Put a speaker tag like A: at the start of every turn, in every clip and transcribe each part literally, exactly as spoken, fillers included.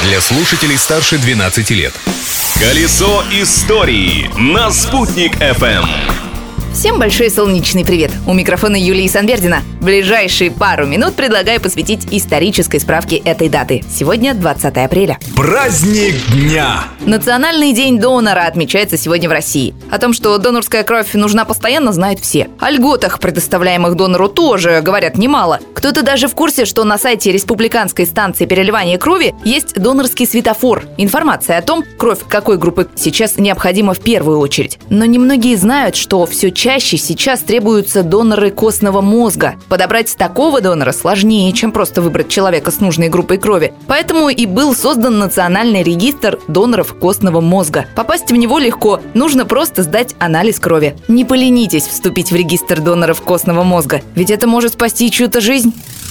A: Для слушателей старше двенадцати лет. Колесо истории на Спутник эф эм.
B: Всем большой солнечный привет! У микрофона Юлия Санвердина. В ближайшие пару минут предлагаю посвятить исторической справке этой даты. Сегодня двадцатое апреля.
A: Праздник дня!
B: Национальный день донора отмечается сегодня в России. О том, что донорская кровь нужна постоянно, знают все. О льготах, предоставляемых донору, тоже говорят немало. Кто-то даже в курсе, что на сайте Республиканской станции переливания крови есть донорский светофор. Информация о том, кровь какой группы сейчас необходима в первую очередь. Но немногие знают, что все чаще сейчас требуются доноры костного мозга. Подобрать такого донора сложнее, чем просто выбрать человека с нужной группой крови. Поэтому и был создан национальный регистр доноров костного мозга. Попасть в него легко, нужно просто сдать анализ крови. Не поленитесь вступить в регистр доноров костного мозга, ведь это может спасти чью-то жизнь.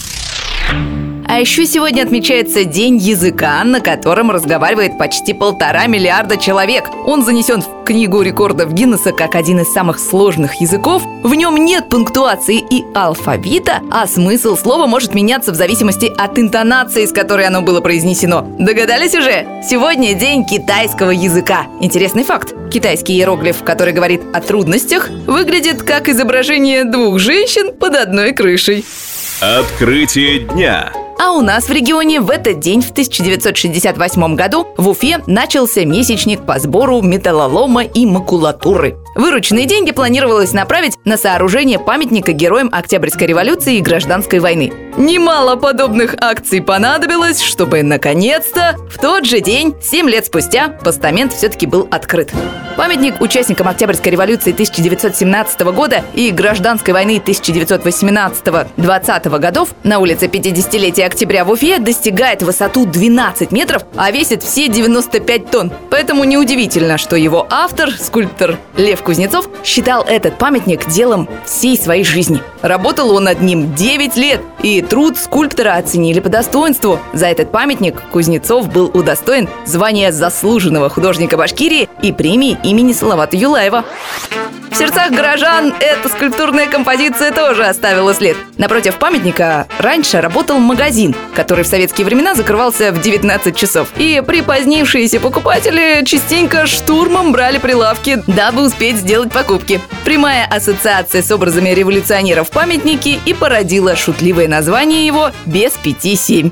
B: А еще сегодня отмечается День языка, на котором разговаривает почти полтора миллиарда человек. Он занесен в Книгу рекордов Гиннесса как один из самых сложных языков. В нем нет пунктуации и алфавита, а смысл слова может меняться в зависимости от интонации, с которой оно было произнесено. Догадались уже? Сегодня День китайского языка. Интересный факт. Китайский иероглиф, который говорит о трудностях, выглядит как изображение двух женщин под одной крышей.
A: Открытие дня.
B: А у нас в регионе в этот день, в тысяча девятьсот шестьдесят восьмом году, в Уфе начался месячник по сбору металлолома и макулатуры. Вырученные деньги планировалось направить на сооружение памятника героям Октябрьской революции и Гражданской войны. Немало подобных акций понадобилось, чтобы, наконец-то, в тот же день, семь лет спустя, постамент все-таки был открыт. Памятник участникам Октябрьской революции тысяча девятьсот семнадцатого года и Гражданской войны тысяча девятьсот восемнадцатого-двадцатого годов на улице пятидесятилетия октября в Уфе достигает высоту двенадцать метров, а весит все девяносто пять тонн. Поэтому неудивительно, что его автор, скульптор Лев Кузнецов, считал этот памятник делом всей своей жизни. Работал он над ним девять лет, и труд скульптора оценили по достоинству. За этот памятник Кузнецов был удостоен звания заслуженного художника Башкирии и премии имени Салавата Юлаева. В сердцах горожан эта скульптурная композиция тоже оставила след. Напротив памятника раньше работал магазин, который в советские времена закрывался в девятнадцать часов. И припозднившиеся покупатели частенько штурмом брали прилавки, дабы успеть сделать покупки. Прямая ассоциация с образами революционеров в памятнике и породила шутливое название его «Без пяти семь».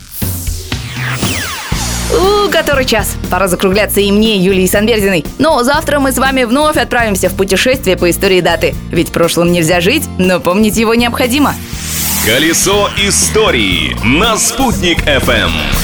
B: У, который час. Пора закругляться и мне, Юлии Санвердиной. Но завтра мы с вами вновь отправимся в путешествие по истории даты. Ведь прошлым нельзя жить, но помнить его необходимо.
A: Колесо истории на Спутник эф эм.